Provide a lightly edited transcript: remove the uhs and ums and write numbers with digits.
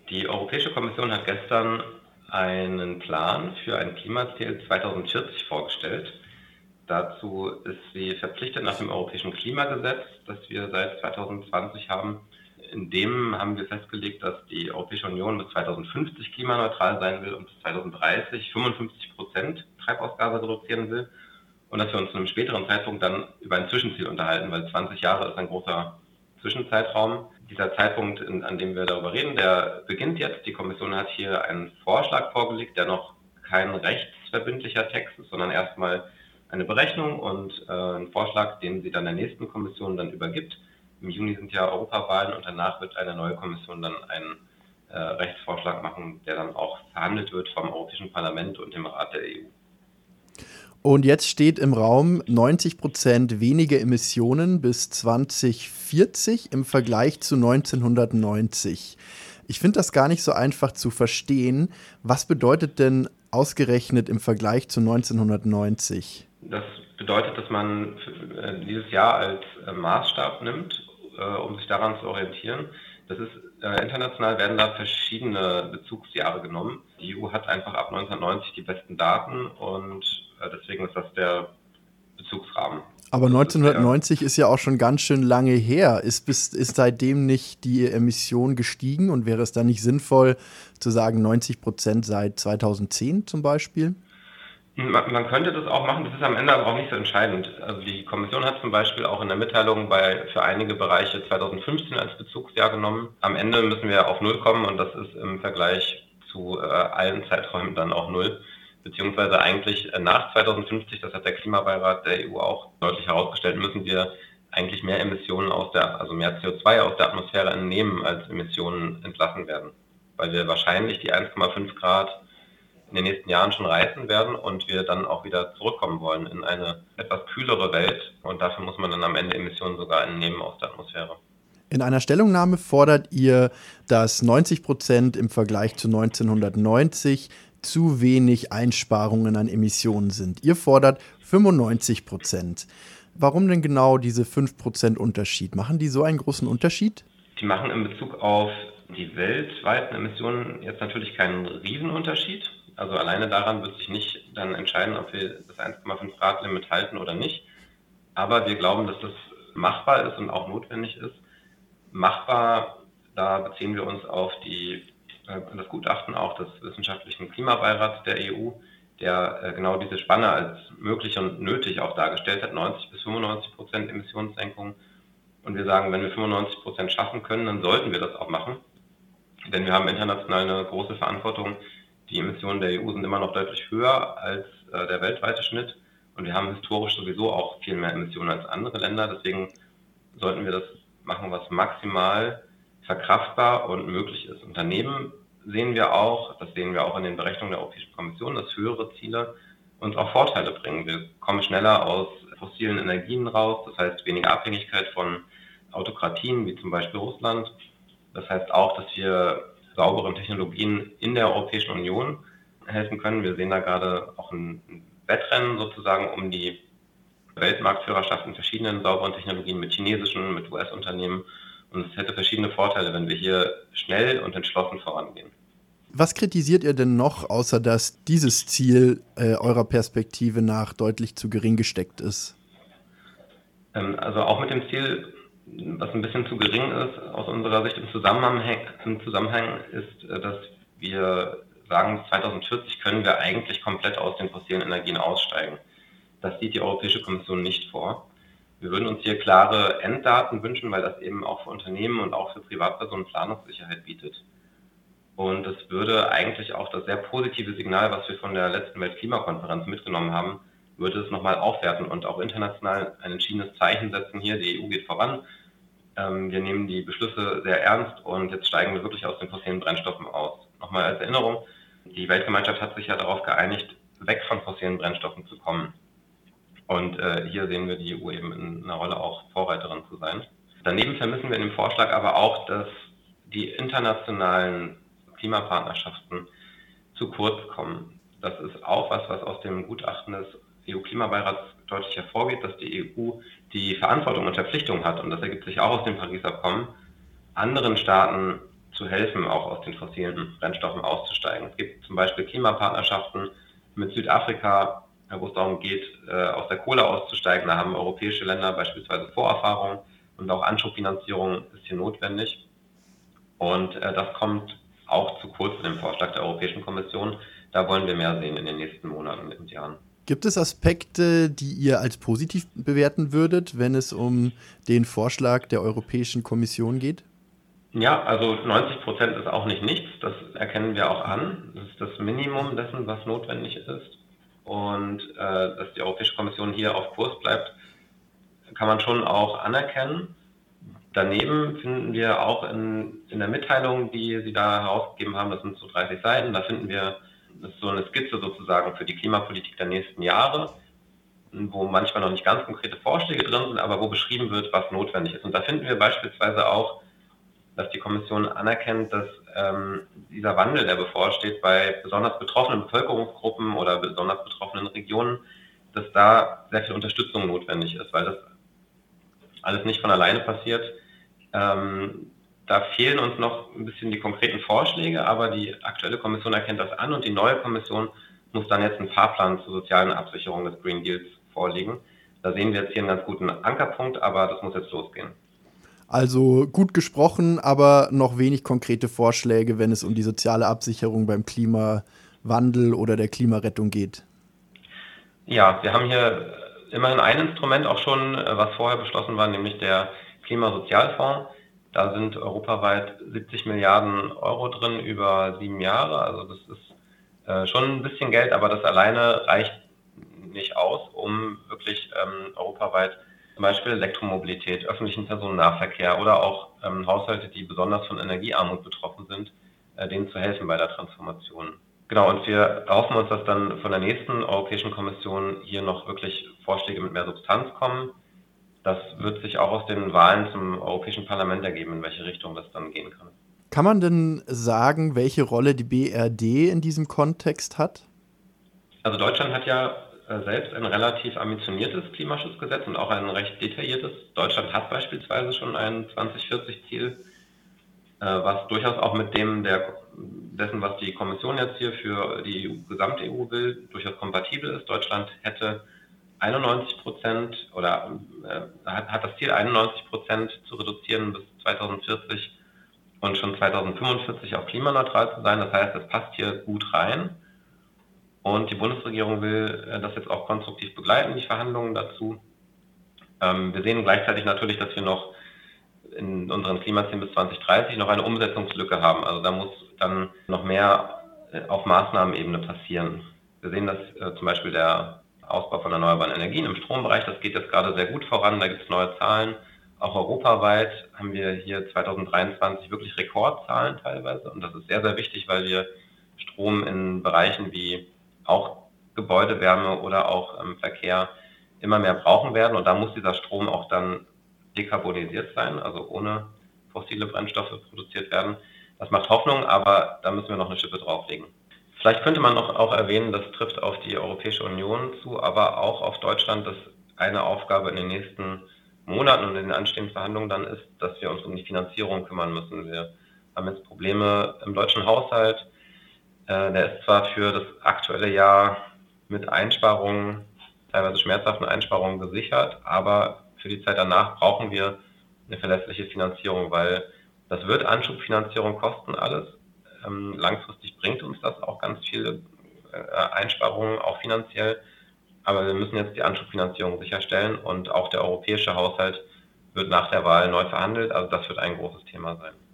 Die Europäische Kommission hat gestern einen Plan für ein Klimaziel 2040 vorgestellt. Dazu ist sie verpflichtet nach dem Europäischen Klimagesetz, das wir seit 2020 haben. In dem haben wir festgelegt, dass die Europäische Union bis 2050 klimaneutral sein will und bis 2030 55% Treibhausgase reduzieren will. Und dass wir uns zu einem späteren Zeitpunkt dann über ein Zwischenziel unterhalten, weil 20 Jahre ist ein großer Zwischenzeitraum. Dieser Zeitpunkt, an dem wir darüber reden, der beginnt jetzt. Die Kommission hat hier einen Vorschlag vorgelegt, der noch kein rechtsverbindlicher Text ist, sondern erstmal eine Berechnung und einen Vorschlag, den sie dann der nächsten Kommission dann übergibt. Im Juni sind ja Europawahlen und danach wird eine neue Kommission dann einen Rechtsvorschlag machen, der dann auch verhandelt wird vom Europäischen Parlament und dem Rat der EU. Und jetzt steht im Raum 90% weniger Emissionen bis 2040 im Vergleich zu 1990. Ich finde das gar nicht so einfach zu verstehen. Was bedeutet denn ausgerechnet im Vergleich zu 1990? Das bedeutet, dass man dieses Jahr als Maßstab nimmt, um sich daran zu orientieren. Das ist international werden da verschiedene Bezugsjahre genommen. Die EU hat einfach ab 1990 die besten Daten und deswegen ist das der Bezugsrahmen. Aber 1990 ist ja auch schon ganz schön lange her. Ist seitdem nicht die Emission gestiegen und wäre es dann nicht sinnvoll zu sagen 90% seit 2010 zum Beispiel? Man könnte das auch machen, das ist am Ende aber auch nicht so entscheidend. Also die Kommission hat zum Beispiel auch in der Mitteilung für einige Bereiche 2015 als Bezugsjahr genommen. Am Ende müssen wir auf Null kommen und das ist im Vergleich zu allen Zeiträumen dann auch Null. Beziehungsweise eigentlich nach 2050, das hat der Klimabeirat der EU auch deutlich herausgestellt, müssen wir eigentlich mehr Emissionen also mehr CO2 aus der Atmosphäre entnehmen, als Emissionen entlassen werden. Weil wir wahrscheinlich die 1,5 Grad in den nächsten Jahren schon reißen werden und wir dann auch wieder zurückkommen wollen in eine etwas kühlere Welt. Und dafür muss man dann am Ende Emissionen sogar entnehmen aus der Atmosphäre. In einer Stellungnahme fordert ihr, dass 90% im Vergleich zu 1990 zu wenig Einsparungen an Emissionen sind. Ihr fordert 95%. Warum denn genau diese 5% Unterschied? Machen die so einen großen Unterschied? Die machen in Bezug auf die weltweiten Emissionen jetzt natürlich keinen Riesenunterschied. Also alleine daran wird sich nicht dann entscheiden, ob wir das 1,5 Grad Limit halten oder nicht. Aber wir glauben, dass das machbar ist und auch notwendig ist. Machbar, da beziehen wir uns auf das Gutachten auch des Wissenschaftlichen Klimabeirats der EU, der genau diese Spanne als möglich und nötig auch dargestellt hat, 90 bis 95% Emissionssenkung. Und wir sagen, wenn wir 95% schaffen können, dann sollten wir das auch machen. Denn wir haben international eine große Verantwortung. Die Emissionen der EU sind immer noch deutlich höher als der weltweite Schnitt. Und wir haben historisch sowieso auch viel mehr Emissionen als andere Länder. Deswegen sollten wir das machen, was maximal verkraftbar und möglich ist. Und daneben sehen wir auch, das sehen wir auch in den Berechnungen der Europäischen Kommission, dass höhere Ziele uns auch Vorteile bringen. Wir kommen schneller aus fossilen Energien raus, das heißt weniger Abhängigkeit von Autokratien wie zum Beispiel Russland. Das heißt auch, dass wir sauberen Technologien in der Europäischen Union helfen können. Wir sehen da gerade auch ein Wettrennen sozusagen um die Weltmarktführerschaft in verschiedenen sauberen Technologien mit chinesischen, mit US-Unternehmen. Und es hätte verschiedene Vorteile, wenn wir hier schnell und entschlossen vorangehen. Was kritisiert ihr denn noch, außer dass dieses Ziel eurer Perspektive nach deutlich zu gering gesteckt ist? Also auch mit dem Ziel, was ein bisschen zu gering ist, aus unserer Sicht im Zusammenhang ist, dass wir sagen, 2040 können wir eigentlich komplett aus den fossilen Energien aussteigen. Das sieht die Europäische Kommission nicht vor. Wir würden uns hier klare Enddaten wünschen, weil das eben auch für Unternehmen und auch für Privatpersonen Planungssicherheit bietet. Und es würde eigentlich auch das sehr positive Signal, was wir von der letzten Weltklimakonferenz mitgenommen haben, würde es nochmal aufwerten und auch international ein entschiedenes Zeichen setzen hier. Die EU geht voran. Wir nehmen die Beschlüsse sehr ernst und jetzt steigen wir wirklich aus den fossilen Brennstoffen aus. Nochmal als Erinnerung, die Weltgemeinschaft hat sich ja darauf geeinigt, weg von fossilen Brennstoffen zu kommen. Und hier sehen wir die EU eben in einer Rolle auch Vorreiterin zu sein. Daneben vermissen wir in dem Vorschlag aber auch, dass die internationalen Klimapartnerschaften zu kurz kommen. Das ist auch was aus dem Gutachten des EU-Klimabeirats deutlich hervorgeht, dass die EU die Verantwortung und Verpflichtung hat, und das ergibt sich auch aus dem Paris-Abkommen, anderen Staaten zu helfen, auch aus den fossilen Brennstoffen auszusteigen. Es gibt zum Beispiel Klimapartnerschaften mit Südafrika, wo es darum geht, aus der Kohle auszusteigen. Da haben europäische Länder beispielsweise Vorerfahrung und auch Anschubfinanzierung ist hier notwendig. Und das kommt auch zu kurz in dem Vorschlag der Europäischen Kommission. Da wollen wir mehr sehen in den nächsten Monaten und Jahren. Gibt es Aspekte, die ihr als positiv bewerten würdet, wenn es um den Vorschlag der Europäischen Kommission geht? Ja, also 90% ist auch nicht nichts. Das erkennen wir auch an. Das ist das Minimum dessen, was notwendig ist. Und dass die Europäische Kommission hier auf Kurs bleibt, kann man schon auch anerkennen. Daneben finden wir auch in der Mitteilung, die Sie da herausgegeben haben, das sind so 30 Seiten, da finden wir, das ist so eine Skizze sozusagen für die Klimapolitik der nächsten Jahre, wo manchmal noch nicht ganz konkrete Vorschläge drin sind, aber wo beschrieben wird, was notwendig ist. Und da finden wir beispielsweise auch, dass die Kommission anerkennt, dass dieser Wandel, der bevorsteht, bei besonders betroffenen Bevölkerungsgruppen oder besonders betroffenen Regionen, dass da sehr viel Unterstützung notwendig ist, weil das alles nicht von alleine passiert. Da fehlen uns noch ein bisschen die konkreten Vorschläge, aber die aktuelle Kommission erkennt das an und die neue Kommission muss dann jetzt einen Fahrplan zur sozialen Absicherung des Green Deals vorlegen. Da sehen wir jetzt hier einen ganz guten Ankerpunkt, aber das muss jetzt losgehen. Also gut gesprochen, aber noch wenig konkrete Vorschläge, wenn es um die soziale Absicherung beim Klimawandel oder der Klimarettung geht. Ja, wir haben hier immerhin ein Instrument auch schon, was vorher beschlossen war, nämlich der Klimasozialfonds. Da sind europaweit 70 Milliarden Euro drin über 7 Jahre. Also das ist schon ein bisschen Geld, aber das alleine reicht nicht aus, um wirklich europaweit zum Beispiel Elektromobilität, öffentlichen Personennahverkehr oder auch Haushalte, die besonders von Energiearmut betroffen sind, denen zu helfen bei der Transformation. Genau, und wir erhoffen uns, dass dann von der nächsten Europäischen Kommission hier noch wirklich Vorschläge mit mehr Substanz kommen. Das wird sich auch aus den Wahlen zum Europäischen Parlament ergeben, in welche Richtung das dann gehen kann. Kann man denn sagen, welche Rolle die BRD in diesem Kontext hat? Also Deutschland hat ja selbst ein relativ ambitioniertes Klimaschutzgesetz und auch ein recht detailliertes. Deutschland hat beispielsweise schon ein 2040-Ziel, was durchaus auch mit dessen, was die Kommission jetzt hier für die gesamte EU will, durchaus kompatibel ist. Deutschland hätte 91% oder hat das Ziel, 91% zu reduzieren bis 2040 und schon 2045 auch klimaneutral zu sein. Das heißt, es passt hier gut rein. Und die Bundesregierung will das jetzt auch konstruktiv begleiten, die Verhandlungen dazu. Wir sehen gleichzeitig natürlich, dass wir noch in unseren Klimazielen bis 2030 noch eine Umsetzungslücke haben. Also da muss dann noch mehr auf Maßnahmenebene passieren. Wir sehen, dass zum Beispiel der Ausbau von erneuerbaren Energien im Strombereich, das geht jetzt gerade sehr gut voran, da gibt es neue Zahlen. Auch europaweit haben wir hier 2023 wirklich Rekordzahlen teilweise und das ist sehr, sehr wichtig, weil wir Strom in Bereichen wie auch Gebäudewärme oder auch Verkehr immer mehr brauchen werden und da muss dieser Strom auch dann dekarbonisiert sein, also ohne fossile Brennstoffe produziert werden. Das macht Hoffnung, aber da müssen wir noch eine Schippe drauflegen. Vielleicht könnte man noch auch erwähnen, das trifft auf die Europäische Union zu, aber auch auf Deutschland, dass eine Aufgabe in den nächsten Monaten und in den anstehenden Verhandlungen dann ist, dass wir uns um die Finanzierung kümmern müssen. Wir haben jetzt Probleme im deutschen Haushalt. Der ist zwar für das aktuelle Jahr mit Einsparungen, teilweise schmerzhaften Einsparungen gesichert, aber für die Zeit danach brauchen wir eine verlässliche Finanzierung, weil das wird Anschubfinanzierung kosten alles. Langfristig bringt uns das auch ganz viele Einsparungen, auch finanziell. Aber wir müssen jetzt die Anschubfinanzierung sicherstellen und auch der europäische Haushalt wird nach der Wahl neu verhandelt. Also das wird ein großes Thema sein.